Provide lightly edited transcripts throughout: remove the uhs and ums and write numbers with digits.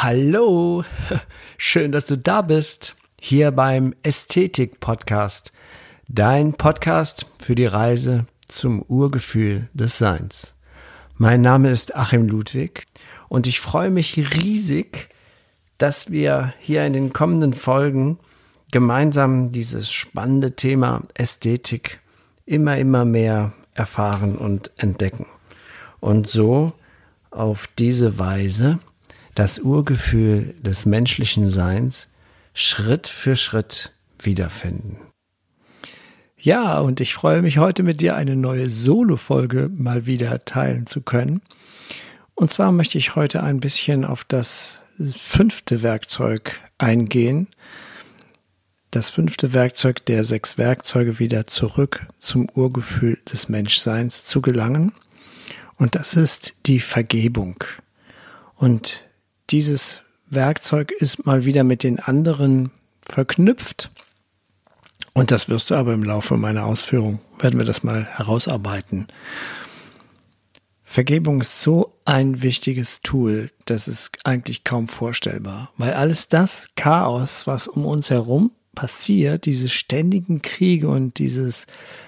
Hallo, schön, dass du da bist, hier beim Ästhetik-Podcast, dein Podcast für die Reise zum Urgefühl des Seins. Mein Name ist Achim Ludwig und ich freue mich riesig, dass wir hier in den kommenden Folgen gemeinsam dieses spannende Thema Ästhetik immer mehr erfahren und entdecken und so auf diese Weise das Urgefühl des menschlichen Seins Schritt für Schritt wiederfinden. Ja, und ich freue mich heute mit dir eine neue Solo-Folge mal wieder teilen zu können. Und zwar möchte ich heute ein bisschen auf das 5. Werkzeug eingehen. Das 5. Werkzeug der 6 Werkzeuge, wieder zurück zum Urgefühl des Menschseins zu gelangen. Und das ist die Vergebung. Und dieses Werkzeug ist mal wieder mit den anderen verknüpft. Und das wirst du aber im Laufe meiner Ausführung, werden wir das mal herausarbeiten. Vergebung ist so ein wichtiges Tool, das ist eigentlich kaum vorstellbar. Weil alles das Chaos, was um uns herum passiert, diese ständigen Kriege und diese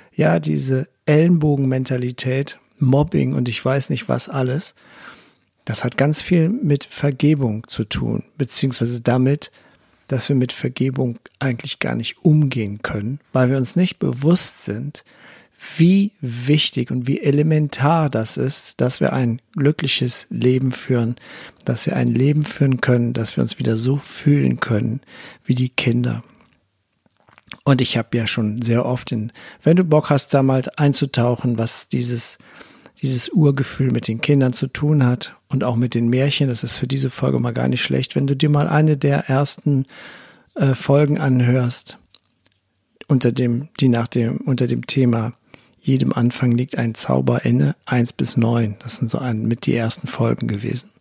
Ellenbogenmentalität, Mobbing und ich weiß nicht was alles, das hat ganz viel mit Vergebung zu tun, beziehungsweise damit, dass wir mit Vergebung eigentlich gar nicht umgehen können, weil wir uns nicht bewusst sind, wie wichtig und wie elementar das ist, dass wir ein glückliches Leben führen, dass wir ein Leben führen können, dass wir uns wieder so fühlen können wie die Kinder. Und ich habe ja schon sehr oft, wenn du Bock hast, da mal einzutauchen, was dieses Urgefühl mit den Kindern zu tun hat und auch mit den Märchen, das ist für diese Folge mal gar nicht schlecht, wenn du dir mal eine der ersten Folgen anhörst, unter dem Thema jedem Anfang liegt ein Zauber inne, 1-9, das sind so mit die ersten Folgen gewesen.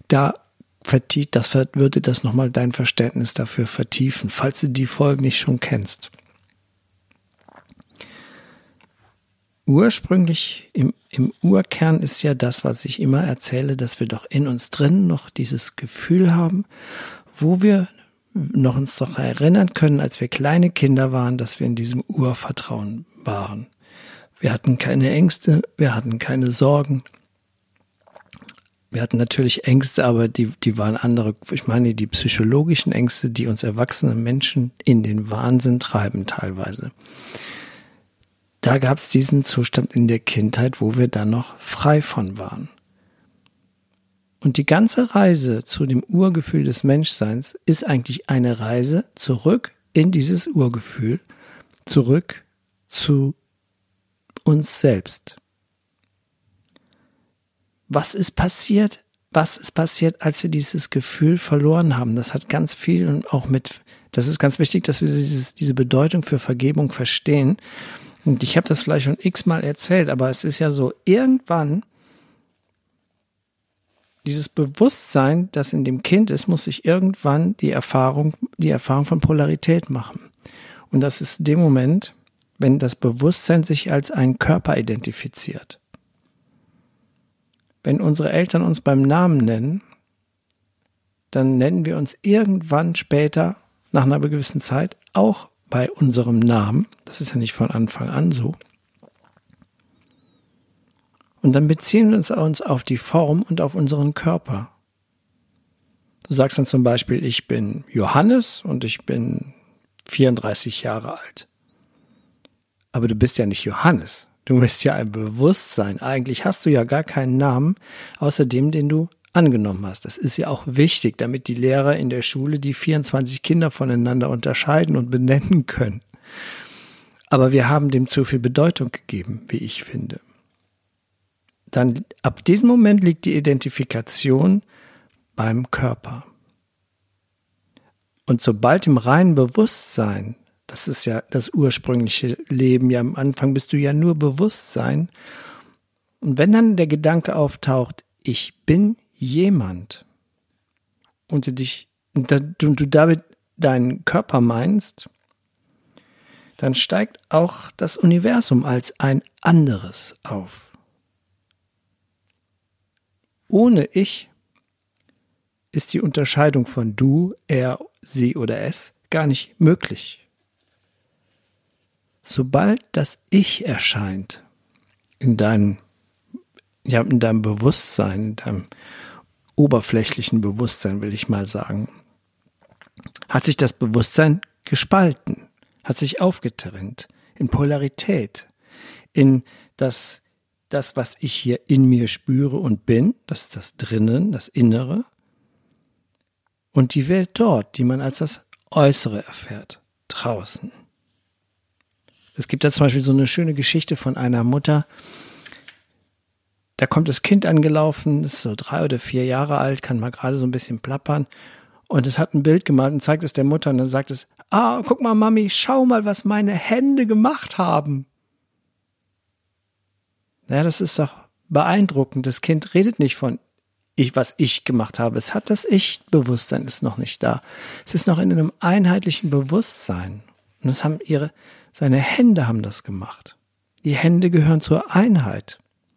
Würde das nochmal dein Verständnis dafür vertiefen, falls du die Folgen nicht schon kennst. Ursprünglich im Urkern ist ja das, was ich immer erzähle, dass wir doch in uns drin noch dieses Gefühl haben, wo wir uns doch erinnern können, als wir kleine Kinder waren, dass wir in diesem Urvertrauen waren. Wir hatten keine Ängste, wir hatten keine Sorgen. Wir hatten natürlich Ängste, aber die waren andere. Ich meine, die psychologischen Ängste, die uns erwachsene Menschen in den Wahnsinn treiben teilweise. Da gab es diesen Zustand in der Kindheit, wo wir dann noch frei von waren. Und die ganze Reise zu dem Urgefühl des Menschseins ist eigentlich eine Reise zurück in dieses Urgefühl, zurück zu uns selbst. Was ist passiert? Was ist passiert, als wir dieses Gefühl verloren haben? Das hat ganz viel und auch das ist ganz wichtig, dass wir diese Bedeutung für Vergebung verstehen. Und ich habe das vielleicht schon x-mal erzählt, aber es ist ja so, irgendwann dieses Bewusstsein, das in dem Kind ist, muss sich irgendwann die Erfahrung von Polarität machen. Und das ist dem Moment, wenn das Bewusstsein sich als ein Körper identifiziert. Wenn unsere Eltern uns beim Namen nennen, dann nennen wir uns irgendwann später, nach einer gewissen Zeit, auch bei unserem Namen. Das ist ja nicht von Anfang an so. Und dann beziehen wir uns auf die Form und auf unseren Körper. Du sagst dann zum Beispiel, ich bin Johannes und ich bin 34 Jahre alt. Aber du bist ja nicht Johannes. Du bist ja ein Bewusstsein. Eigentlich hast du ja gar keinen Namen, außer dem, den du angenommen hast. Das ist ja auch wichtig, damit die Lehrer in der Schule die 24 Kinder voneinander unterscheiden und benennen können. Aber wir haben dem zu viel Bedeutung gegeben, wie ich finde. Dann ab diesem Moment liegt die Identifikation beim Körper. Und sobald im reinen Bewusstsein, das ist ja das ursprüngliche Leben, ja am Anfang bist du ja nur Bewusstsein. Und wenn dann der Gedanke auftaucht, ich bin jemand und du damit deinen Körper meinst, dann steigt auch das Universum als ein anderes auf. Ohne Ich ist die Unterscheidung von du, er, sie oder es gar nicht möglich. Sobald das Ich erscheint in deinem Bewusstsein, in deinem oberflächlichen Bewusstsein, will ich mal sagen, hat sich das Bewusstsein gespalten, hat sich aufgetrennt in Polarität, in das, was ich hier in mir spüre und bin, das ist das Drinnen, das Innere, und die Welt dort, die man als das Äußere erfährt, draußen. Es gibt da zum Beispiel so eine schöne Geschichte von einer Mutter, da kommt das Kind angelaufen, ist so 3 oder 4 Jahre alt, kann mal gerade so ein bisschen plappern und es hat ein Bild gemalt und zeigt es der Mutter und dann sagt es, guck mal Mami, schau mal, was meine Hände gemacht haben. Naja, das ist doch beeindruckend. Das Kind redet nicht von was ich gemacht habe. Es hat das Ich-Bewusstsein, ist noch nicht da. Es ist noch in einem einheitlichen Bewusstsein. Und seine Hände haben das gemacht. Die Hände gehören zur Einheit.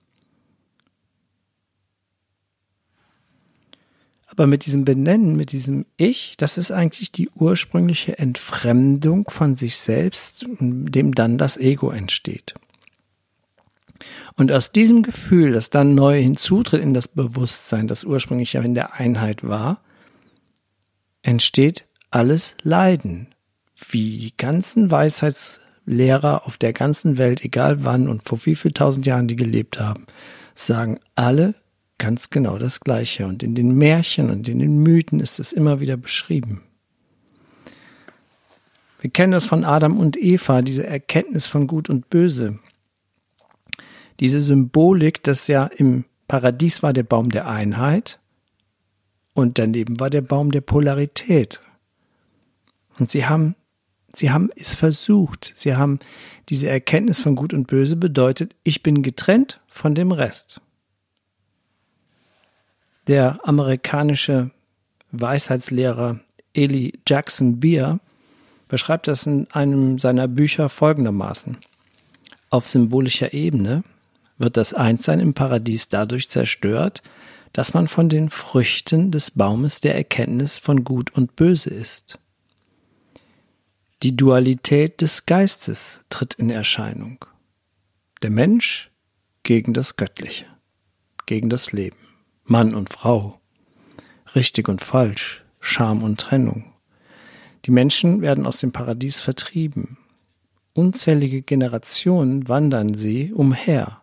Aber mit diesem Benennen, mit diesem Ich, das ist eigentlich die ursprüngliche Entfremdung von sich selbst, dem dann das Ego entsteht. Und aus diesem Gefühl, das dann neu hinzutritt in das Bewusstsein, das ursprünglich ja in der Einheit war, entsteht alles Leiden. Wie die ganzen Weisheitslehrer auf der ganzen Welt, egal wann und vor wie viel 1000 Jahren die gelebt haben, sagen alle ganz genau das Gleiche. Und in den Märchen und in den Mythen ist es immer wieder beschrieben. Wir kennen das von Adam und Eva, diese Erkenntnis von Gut und Böse. Diese Symbolik, dass ja im Paradies war der Baum der Einheit und daneben war der Baum der Polarität. Und sie haben es versucht. Sie haben diese Erkenntnis von Gut und Böse bedeutet, ich bin getrennt von dem Rest. Der amerikanische Weisheitslehrer Eli Jackson Beer beschreibt das in einem seiner Bücher folgendermaßen. Auf symbolischer Ebene wird das Einssein im Paradies dadurch zerstört, dass man von den Früchten des Baumes der Erkenntnis von Gut und Böse isst. Die Dualität des Geistes tritt in Erscheinung. Der Mensch gegen das Göttliche, gegen das Leben, Mann und Frau, richtig und falsch, Scham und Trennung. Die Menschen werden aus dem Paradies vertrieben. Unzählige Generationen wandern sie umher.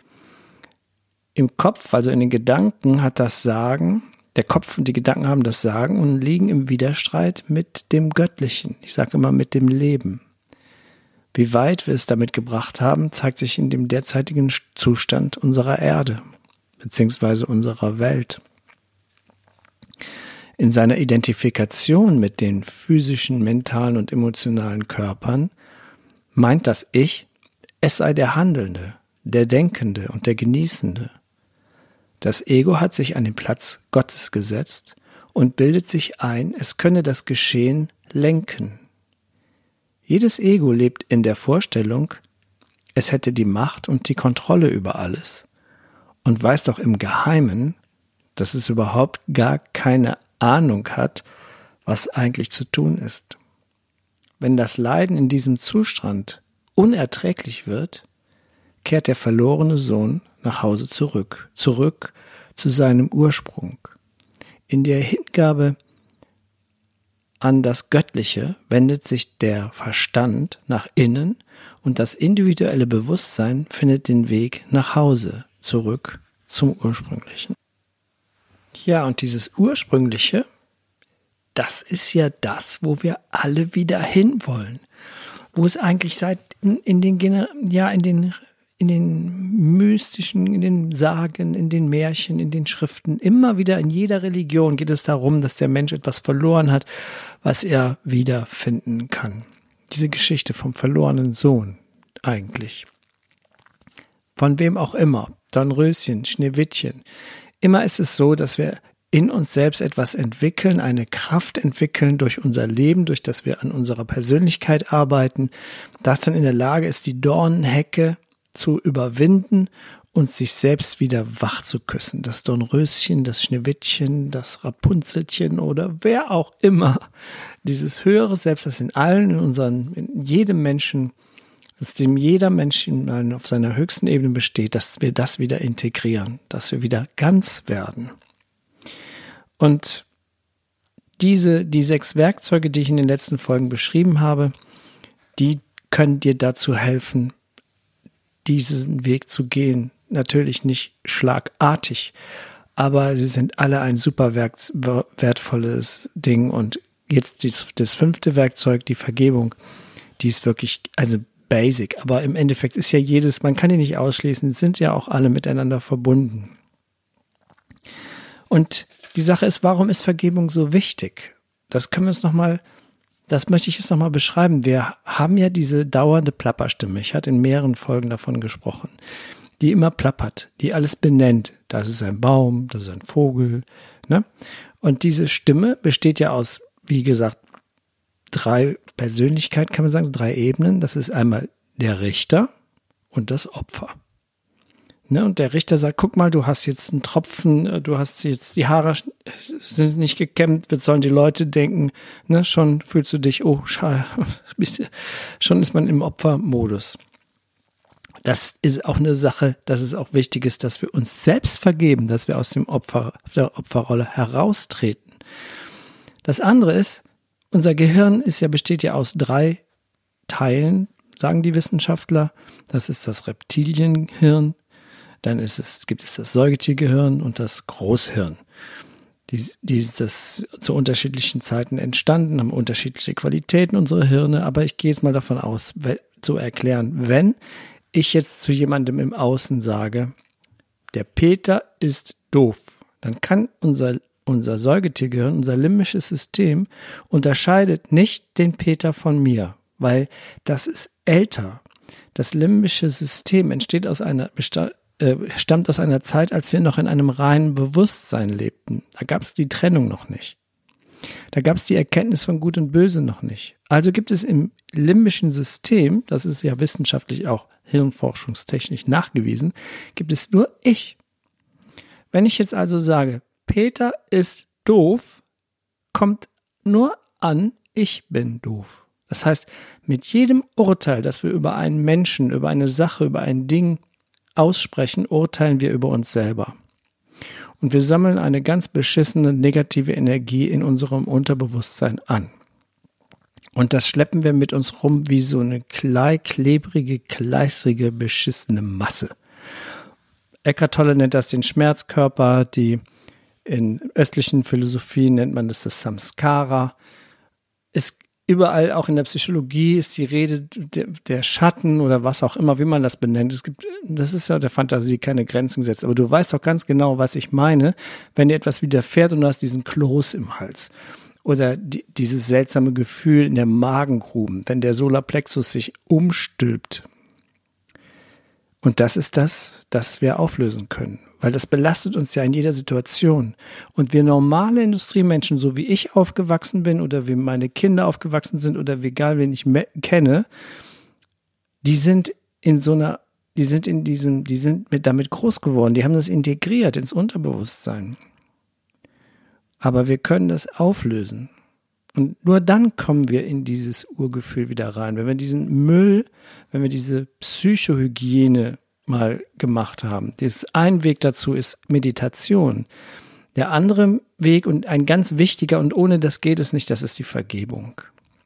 Im Kopf, also in den Gedanken, hat das Sagen, der Kopf und die Gedanken haben das Sagen und liegen im Widerstreit mit dem Göttlichen. Ich sage immer mit dem Leben. Wie weit wir es damit gebracht haben, zeigt sich in dem derzeitigen Zustand unserer Erde bzw. unserer Welt. In seiner Identifikation mit den physischen, mentalen und emotionalen Körpern meint das Ich, es sei der Handelnde, der Denkende und der Genießende. Das Ego hat sich an den Platz Gottes gesetzt und bildet sich ein, es könne das Geschehen lenken. Jedes Ego lebt in der Vorstellung, es hätte die Macht und die Kontrolle über alles und weiß doch im Geheimen, dass es überhaupt gar keine Ahnung hat, was eigentlich zu tun ist. Wenn das Leiden in diesem Zustand unerträglich wird, kehrt der verlorene Sohn nach Hause zurück zu seinem Ursprung. In der Hingabe an das Göttliche wendet sich der Verstand nach innen und das individuelle Bewusstsein findet den Weg nach Hause, zurück zum Ursprünglichen. Ja, und dieses Ursprüngliche, das ist ja das, wo wir alle wieder hinwollen. Wo es eigentlich in den mystischen, in den Sagen, in den Märchen, in den Schriften, immer wieder in jeder Religion geht es darum, dass der Mensch etwas verloren hat, was er wiederfinden kann. Diese Geschichte vom verlorenen Sohn eigentlich. Von wem auch immer, Dornröschen, Schneewittchen. Immer ist es so, dass wir in uns selbst etwas entwickeln, eine Kraft entwickeln durch unser Leben, durch das wir an unserer Persönlichkeit arbeiten, das dann in der Lage ist, die Dornenhecke zu überwinden und sich selbst wieder wach zu küssen. Das Dornröschen, das Schneewittchen, das Rapunzelchen oder wer auch immer. Dieses höhere Selbst, das in allen, in jedem Menschen, aus dem jeder Mensch auf seiner höchsten Ebene besteht, dass wir das wieder integrieren, dass wir wieder ganz werden. Und die 6 Werkzeuge, die ich in den letzten Folgen beschrieben habe, die können dir dazu helfen, diesen Weg zu gehen. Natürlich nicht schlagartig, aber sie sind alle ein super wertvolles Ding. Und jetzt das 5. Werkzeug, die Vergebung, die ist wirklich, also basic. Aber im Endeffekt ist ja man kann die nicht ausschließen, sind ja auch alle miteinander verbunden. Und die Sache ist, warum ist Vergebung so wichtig? Das möchte ich jetzt nochmal beschreiben. Wir haben ja diese dauernde Plapperstimme. Ich hatte in mehreren Folgen davon gesprochen, die immer plappert, die alles benennt. Das ist ein Baum, das ist ein Vogel. Ne? Und diese Stimme besteht ja aus, wie gesagt, 3 Persönlichkeiten, kann man sagen, 3 Ebenen. Das ist einmal der Richter und das Opfer. Ne, und der Richter sagt, guck mal, du hast jetzt einen Tropfen, du hast jetzt, die Haare sind nicht gekämmt, jetzt sollen die Leute denken, ne, schon fühlst du dich, oh, schon ist man im Opfermodus. Das ist auch eine Sache, dass es auch wichtig ist, dass wir uns selbst vergeben, dass wir aus der Opferrolle heraustreten. Das andere ist, unser Gehirn besteht ja aus 3 Teilen, sagen die Wissenschaftler. Das ist das Reptilienhirn, dann gibt es das Säugetiergehirn und das Großhirn. Die ist das zu unterschiedlichen Zeiten entstanden, haben unterschiedliche Qualitäten, unsere Hirne, aber ich gehe jetzt mal davon aus, zu erklären, wenn ich jetzt zu jemandem im Außen sage, der Peter ist doof, dann kann unser Säugetiergehirn, unser limbisches System unterscheidet nicht den Peter von mir, weil das ist älter. Das limbische System stammt aus einer Zeit, als wir noch in einem reinen Bewusstsein lebten. Da gab es die Trennung noch nicht. Da gab es die Erkenntnis von Gut und Böse noch nicht. Also gibt es im limbischen System, das ist ja wissenschaftlich auch hirnforschungstechnisch nachgewiesen, gibt es nur ich. Wenn ich jetzt also sage, Peter ist doof, kommt nur an, ich bin doof. Das heißt, mit jedem Urteil, das wir über einen Menschen, über eine Sache, über ein Ding aussprechen, urteilen wir über uns selber. Und wir sammeln eine ganz beschissene negative Energie in unserem Unterbewusstsein an. Und das schleppen wir mit uns rum wie so eine klebrige, kleistrige, beschissene Masse. Eckhart Tolle nennt das den Schmerzkörper, in östlichen Philosophien nennt man das Samskara. Überall, auch in der Psychologie, ist die Rede der Schatten oder was auch immer, wie man das benennt. Das ist ja der Fantasie keine Grenzen gesetzt. Aber du weißt doch ganz genau, was ich meine, wenn dir etwas widerfährt und du hast diesen Kloß im Hals. Oder dieses seltsame Gefühl in der Magengrube, wenn der Solarplexus sich umstülpt. Und das ist das wir auflösen können. Weil das belastet uns ja in jeder Situation. Und wir normale Industriemenschen, so wie ich aufgewachsen bin oder wie meine Kinder aufgewachsen sind oder wie egal wen ich kenne, die sind damit groß geworden. Die haben das integriert ins Unterbewusstsein. Aber wir können das auflösen. Und nur dann kommen wir in dieses Urgefühl wieder rein. Wenn wir wenn wir diese Psychohygiene mal gemacht haben. Ein Weg dazu ist Meditation. Der andere Weg und ein ganz wichtiger, und ohne das geht es nicht, das ist die Vergebung.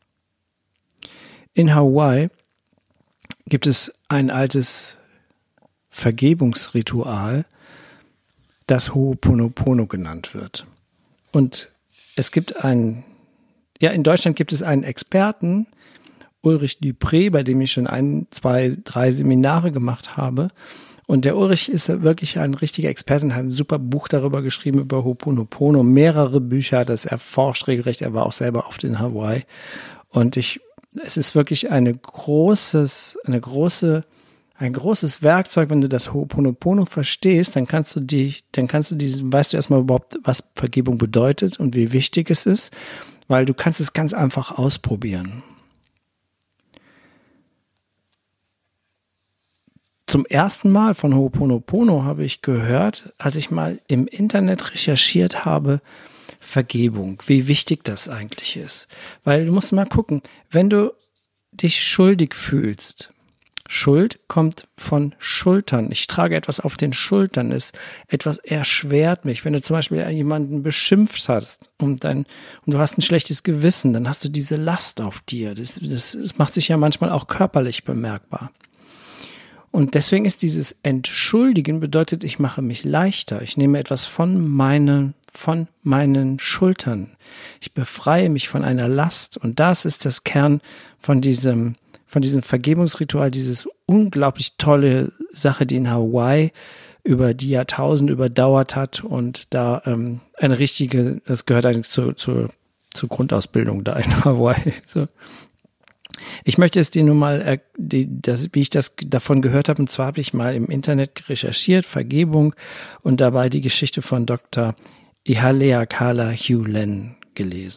In Hawaii gibt es ein altes Vergebungsritual, das Ho'oponopono genannt wird. Und es gibt in Deutschland gibt es einen Experten, Ulrich Dupré, bei dem ich schon 1, 2, 3 Seminare gemacht habe. Und der Ulrich ist wirklich ein richtiger Experte und hat ein super Buch darüber geschrieben, über Ho'oponopono. Mehrere Bücher hat er erforscht regelrecht. Er war auch selber oft in Hawaii. Und es ist wirklich ein großes Werkzeug. Wenn du das Ho'oponopono verstehst, dann weißt du erstmal überhaupt, was Vergebung bedeutet und wie wichtig es ist, weil du kannst es ganz einfach ausprobieren. zum ersten Mal von Ho'oponopono habe ich gehört, als ich mal im Internet recherchiert habe, Vergebung, wie wichtig das eigentlich ist. Weil du musst mal gucken, wenn du dich schuldig fühlst, Schuld kommt von Schultern. Ich trage etwas auf den Schultern. Etwas erschwert mich. Wenn du zum Beispiel jemanden beschimpft hast und du hast ein schlechtes Gewissen, dann hast du diese Last auf dir. Das macht sich ja manchmal auch körperlich bemerkbar. Und deswegen ist dieses Entschuldigen bedeutet, ich mache mich leichter. Ich nehme etwas von meinen Schultern. Ich befreie mich von einer Last. Und das ist das Kern von diesem Vergebungsritual, dieses unglaublich tolle Sache, die in Hawaii über die Jahrtausende überdauert hat und da das gehört eigentlich zur Grundausbildung da in Hawaii. So. Ich möchte es dir nur mal, wie ich das davon gehört habe, und zwar habe ich mal im Internet recherchiert, Vergebung, und dabei die Geschichte von Dr. Ihaleakala Hugh Len gelesen.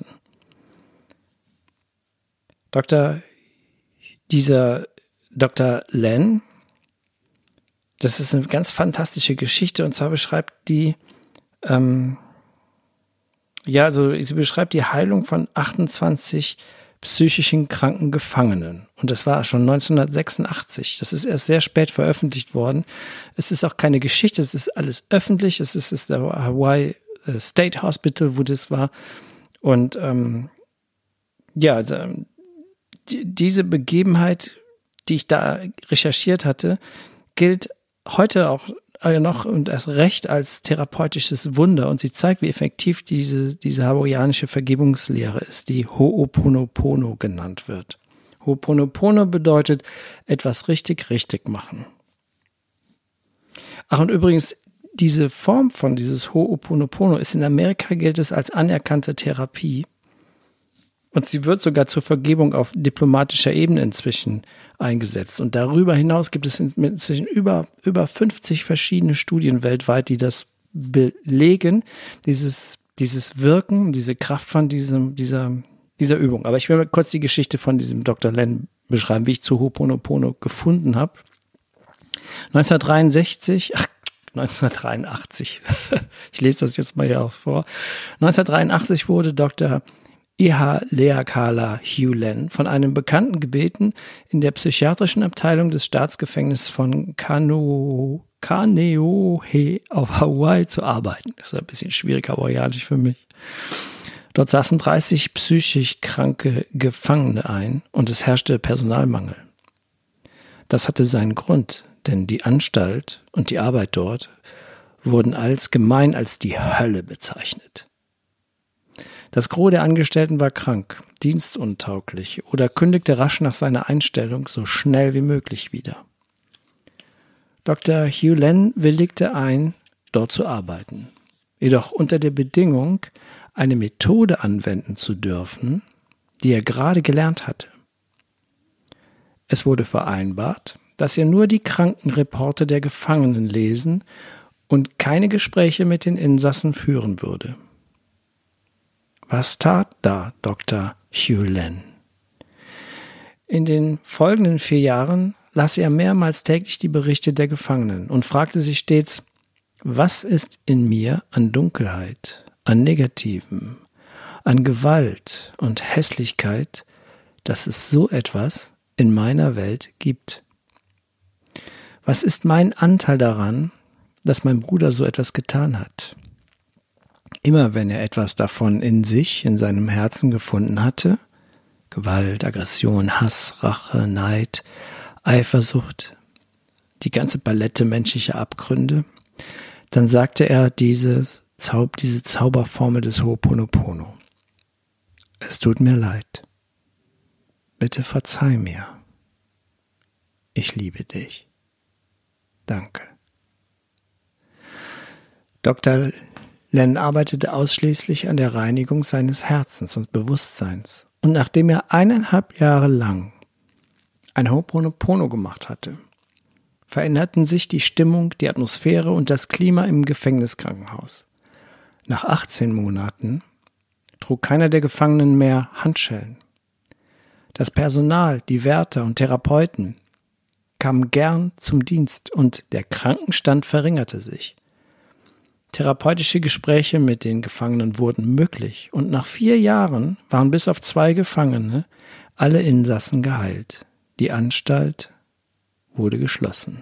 Dieser Dr. Len, das ist eine ganz fantastische Geschichte, und zwar beschreibt sie beschreibt die Heilung von 28 psychischen kranken Gefangenen. Und das war schon 1986. Das ist erst sehr spät veröffentlicht worden. Es ist auch keine Geschichte, es ist alles öffentlich. Es ist der Hawaii State Hospital, wo das war. Und diese Begebenheit, die ich da recherchiert hatte, gilt heute auch noch und erst recht als therapeutisches Wunder, und sie zeigt, wie effektiv diese hawaiianische Vergebungslehre ist, die Ho'oponopono genannt wird. Ho'oponopono bedeutet etwas richtig machen. Ach, und übrigens, diese Form von dieses Ho'oponopono ist in Amerika, gilt es als anerkannte Therapie. Und sie wird sogar zur Vergebung auf diplomatischer Ebene inzwischen eingesetzt. Und darüber hinaus gibt es inzwischen über 50 verschiedene Studien weltweit, die das belegen, dieses Wirken, diese Kraft von dieser Übung. Aber ich will mal kurz die Geschichte von diesem Dr. Len beschreiben, wie ich zu Ho'oponopono gefunden habe. 1983, ich lese das jetzt mal hier auch vor. 1983 wurde Dr. Ihaleakala Hugh Len von einem Bekannten gebeten, in der psychiatrischen Abteilung des Staatsgefängnisses von Kaneohe auf Hawaii zu arbeiten. Das ist ein bisschen schwierig hawaiianisch für mich. Dort saßen 30 psychisch kranke Gefangene ein und es herrschte Personalmangel. Das hatte seinen Grund, denn die Anstalt und die Arbeit dort wurden allgemein als die Hölle bezeichnet. Das Gros der Angestellten war krank, dienstuntauglich oder kündigte rasch nach seiner Einstellung so schnell wie möglich wieder. Dr. Hugh Len willigte ein, dort zu arbeiten, jedoch unter der Bedingung, eine Methode anwenden zu dürfen, die er gerade gelernt hatte. Es wurde vereinbart, dass er nur die Krankenreporte der Gefangenen lesen und keine Gespräche mit den Insassen führen würde. Was tat da Dr. Hugh Len? In den folgenden 4 Jahren las er mehrmals täglich die Berichte der Gefangenen und fragte sich stets, was ist in mir an Dunkelheit, an Negativem, an Gewalt und Hässlichkeit, dass es so etwas in meiner Welt gibt? Was ist mein Anteil daran, dass mein Bruder so etwas getan hat? Immer wenn er etwas davon in seinem Herzen gefunden hatte, Gewalt, Aggression, Hass, Rache, Neid, Eifersucht, die ganze Palette menschlicher Abgründe, dann sagte er diese Zauberformel des Ho'oponopono. Es tut mir leid. Bitte verzeih mir. Ich liebe dich. Danke. Dr. Len arbeitete ausschließlich an der Reinigung seines Herzens und Bewusstseins. Und nachdem er 1,5 Jahre lang ein Ho'oponopono gemacht hatte, veränderten sich die Stimmung, die Atmosphäre und das Klima im Gefängniskrankenhaus. Nach 18 Monaten trug keiner der Gefangenen mehr Handschellen. Das Personal, die Wärter und Therapeuten kamen gern zum Dienst und der Krankenstand verringerte sich. Therapeutische Gespräche mit den Gefangenen wurden möglich und nach 4 Jahren waren bis auf 2 Gefangene alle Insassen geheilt. Die Anstalt wurde geschlossen.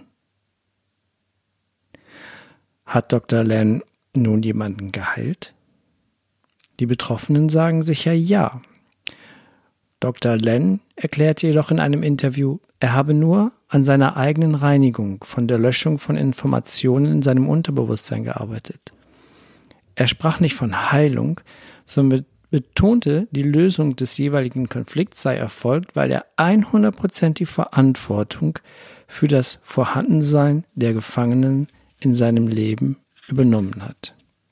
Hat Dr. Len nun jemanden geheilt? Die Betroffenen sagen sicher ja. Dr. Len erklärte jedoch in einem Interview, er habe nur an seiner eigenen Reinigung von der Löschung von Informationen in seinem Unterbewusstsein gearbeitet. Er sprach nicht von Heilung, sondern betonte, die Lösung des jeweiligen Konflikts sei erfolgt, weil er 100% die Verantwortung für das Vorhandensein der Gefangenen in seinem Leben übernommen hat.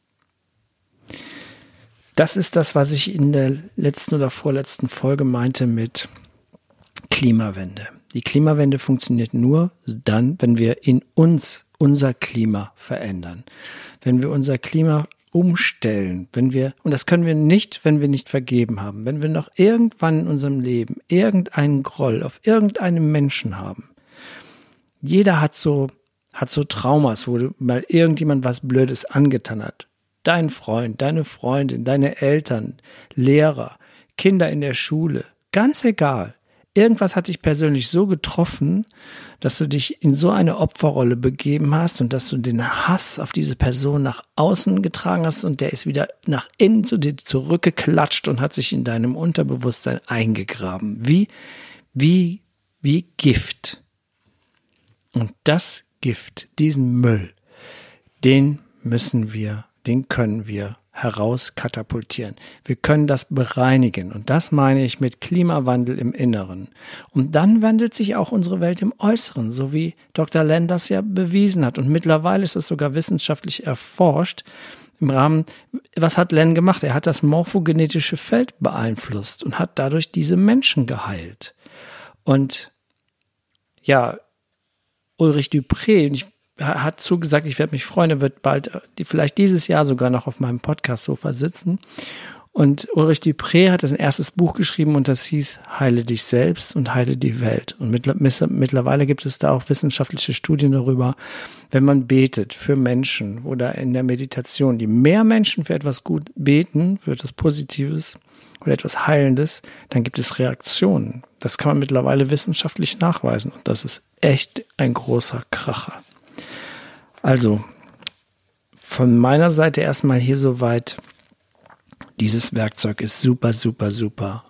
Das ist das, was ich in der letzten oder vorletzten Folge meinte mit Klimawende. Die Klimawende funktioniert nur dann, wenn wir in uns unser Klima verändern. Wenn wir unser Klima umstellen, und das können wir nicht, wenn wir nicht vergeben haben, wenn wir noch irgendwann in unserem Leben irgendeinen Groll auf irgendeinen Menschen haben. Jeder hat so Traumas, wo mal irgendjemand was Blödes angetan hat. Dein Freund, deine Freundin, deine Eltern, Lehrer, Kinder in der Schule, ganz egal. Irgendwas hat dich persönlich so getroffen, dass du dich in so eine Opferrolle begeben hast und dass du den Hass auf diese Person nach außen getragen hast und der ist wieder nach innen zu dir zurückgeklatscht und hat sich in deinem Unterbewusstsein eingegraben. Wie Gift. Und das Gift, diesen Müll, den können wir herauskatapultieren. Wir können das bereinigen und das meine ich mit Klimawandel im Inneren. Und dann wandelt sich auch unsere Welt im Äußeren, so wie Dr. Len das ja bewiesen hat. Und mittlerweile ist es sogar wissenschaftlich erforscht im Rahmen, was hat Len gemacht? Er hat das morphogenetische Feld beeinflusst und hat dadurch diese Menschen geheilt. Und ja, Ulrich Dupré, hat zugesagt, ich werde mich freuen, er wird bald, vielleicht dieses Jahr sogar noch auf meinem Podcast-Sofa sitzen. Und Ulrich Dupré hat ein erstes Buch geschrieben und das hieß Heile dich selbst und heile die Welt. Und mittlerweile gibt es da auch wissenschaftliche Studien darüber, wenn man betet für Menschen oder in der Meditation, je mehr Menschen für etwas gut beten, für etwas Positives oder etwas Heilendes, dann gibt es Reaktionen. Das kann man mittlerweile wissenschaftlich nachweisen und das ist echt ein großer Kracher. Also, von meiner Seite erstmal hier soweit, dieses Werkzeug ist super, super, super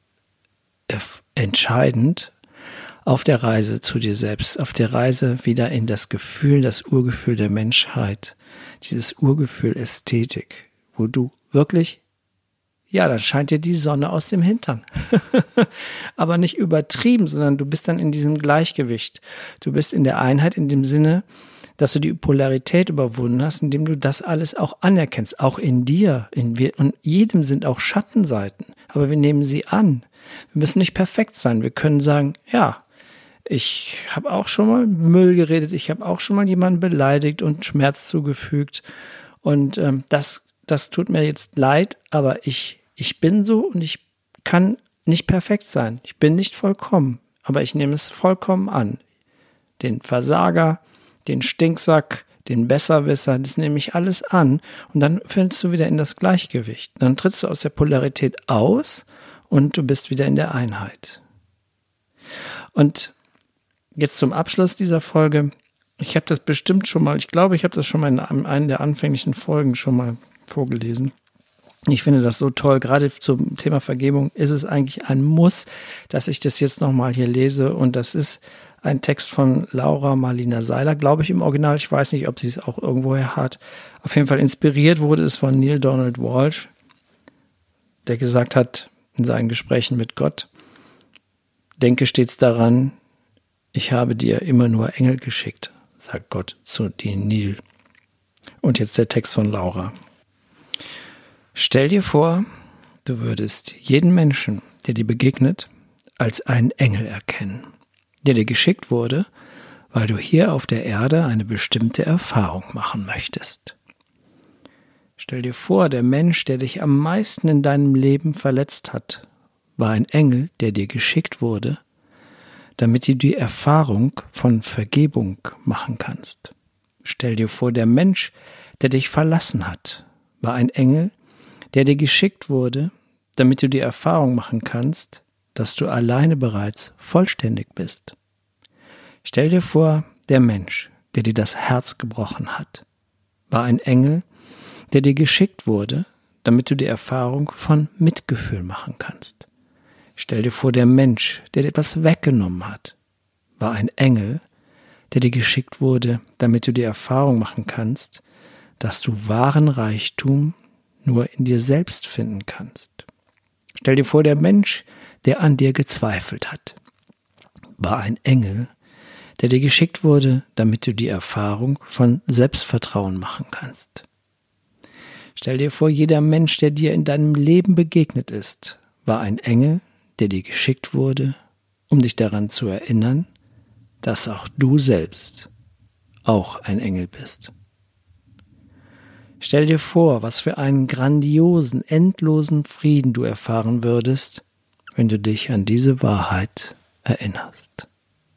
entscheidend auf der Reise zu dir selbst, auf der Reise wieder in das Gefühl, das Urgefühl der Menschheit, dieses Urgefühl Ästhetik, wo du wirklich, ja, dann scheint dir die Sonne aus dem Hintern. Aber nicht übertrieben, sondern du bist dann in diesem Gleichgewicht. Du bist in der Einheit in dem Sinne, dass du die Polarität überwunden hast, indem du das alles auch anerkennst. Auch in dir, und jedem sind auch Schattenseiten. Aber wir nehmen sie an. Wir müssen nicht perfekt sein. Wir können sagen, ja, ich habe auch schon mal Müll geredet, ich habe auch schon mal jemanden beleidigt und Schmerz zugefügt. Und das tut mir jetzt leid, aber ich bin so und ich kann nicht perfekt sein. Ich bin nicht vollkommen, aber ich nehme es vollkommen an. Den Versager, den Stinksack, den Besserwisser, das nehme ich alles an und dann fällst du wieder in das Gleichgewicht. Dann trittst du aus der Polarität aus und du bist wieder in der Einheit. Und jetzt zum Abschluss dieser Folge. Ich habe das bestimmt schon mal, ich glaube, ich habe das schon mal in einer der anfänglichen Folgen schon mal vorgelesen. Ich finde das so toll, gerade zum Thema Vergebung ist es eigentlich ein Muss, dass ich das jetzt nochmal hier lese und das ist ein Text von Laura Marlina Seiler, glaube ich im Original. Ich weiß nicht, ob sie es auch irgendwoher hat. Auf jeden Fall inspiriert wurde es von Neil Donald Walsh, der gesagt hat in seinen Gesprächen mit Gott, denke stets daran, ich habe dir immer nur Engel geschickt, sagt Gott zu Neil. Und jetzt der Text von Laura. Stell dir vor, du würdest jeden Menschen, der dir begegnet, als einen Engel erkennen, der dir geschickt wurde, weil du hier auf der Erde eine bestimmte Erfahrung machen möchtest. Stell dir vor, der Mensch, der dich am meisten in deinem Leben verletzt hat, war ein Engel, der dir geschickt wurde, damit du die Erfahrung von Vergebung machen kannst. Stell dir vor, der Mensch, der dich verlassen hat, war ein Engel, der dir geschickt wurde, damit du die Erfahrung machen kannst, dass du alleine bereits vollständig bist. Stell dir vor, der Mensch, der dir das Herz gebrochen hat, war ein Engel, der dir geschickt wurde, damit du die Erfahrung von Mitgefühl machen kannst. Stell dir vor, der Mensch, der dir etwas weggenommen hat, war ein Engel, der dir geschickt wurde, damit du die Erfahrung machen kannst, dass du wahren Reichtum nur in dir selbst finden kannst. Stell dir vor, der Mensch, der an dir gezweifelt hat, war ein Engel, der dir geschickt wurde, damit du die Erfahrung von Selbstvertrauen machen kannst. Stell dir vor, jeder Mensch, der dir in deinem Leben begegnet ist, war ein Engel, der dir geschickt wurde, um dich daran zu erinnern, dass auch du selbst auch ein Engel bist. Stell dir vor, was für einen grandiosen, endlosen Frieden du erfahren würdest, wenn du dich an diese Wahrheit erinnerst.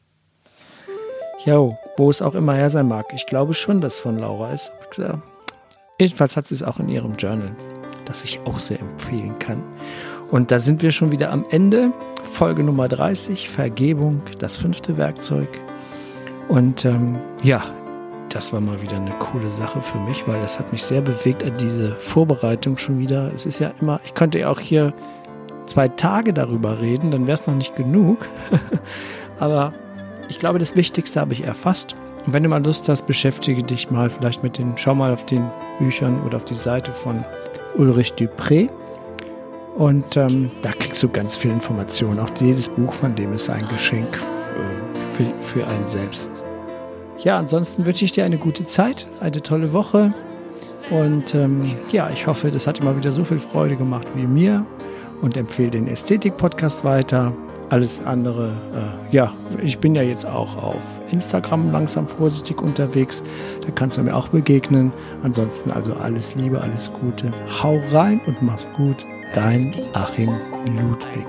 Jo, wo es auch immer her sein mag, ich glaube schon, dass es von Laura ist. Jedenfalls hat sie es auch in ihrem Journal, das ich auch sehr empfehlen kann. Und da sind wir schon wieder am Ende. Folge Nummer 30, Vergebung, das 5. Werkzeug. Und das war mal wieder eine coole Sache für mich, weil das hat mich sehr bewegt, diese Vorbereitung schon wieder. Es ist ja immer, ich könnte ja auch hier 2 Tage darüber reden, dann wäre es noch nicht genug. Aber ich glaube, das Wichtigste habe ich erfasst. Und wenn du mal Lust hast, beschäftige dich mal vielleicht schau mal auf den Büchern oder auf die Seite von Ulrich Dupré. Und da kriegst du ganz viel Informationen. Auch jedes Buch von dem ist ein Geschenk für einen selbst. Ja, ansonsten wünsche ich dir eine gute Zeit, eine tolle Woche. Und ich hoffe, das hat dir mal wieder so viel Freude gemacht wie mir. Und empfehle den Ästhetik-Podcast weiter. Alles andere, ich bin ja jetzt auch auf Instagram langsam vorsichtig unterwegs. Da kannst du mir auch begegnen. Ansonsten also alles Liebe, alles Gute. Hau rein und mach's gut. Dein Achim Ludwig.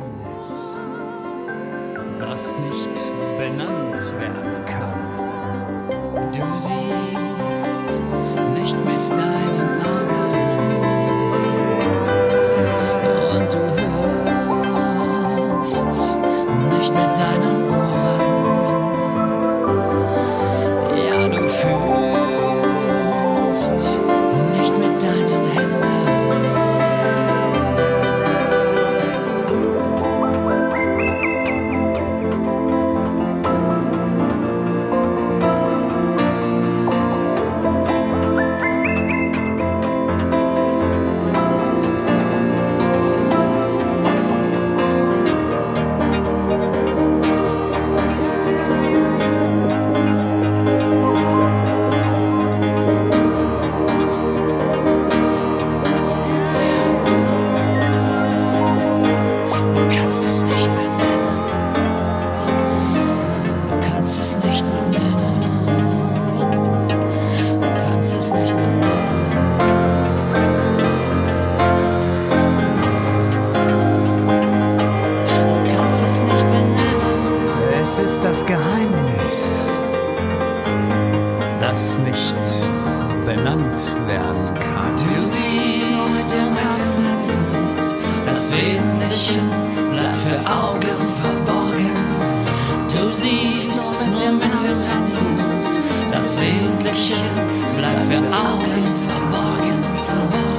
Das nicht benannt werden kann. Du siehst nicht mit deinen Augen und du hörst nicht mit deinen Ohren. Ja, du fühlst nicht mit deinen Händen. Es ist das Geheimnis, das nicht benannt werden kann. Du siehst im Herzen, das Wesentliche bleibt für Augen verborgen. Du siehst nur mit dem Herzen, das Wesentliche bleibt für Augen verborgen.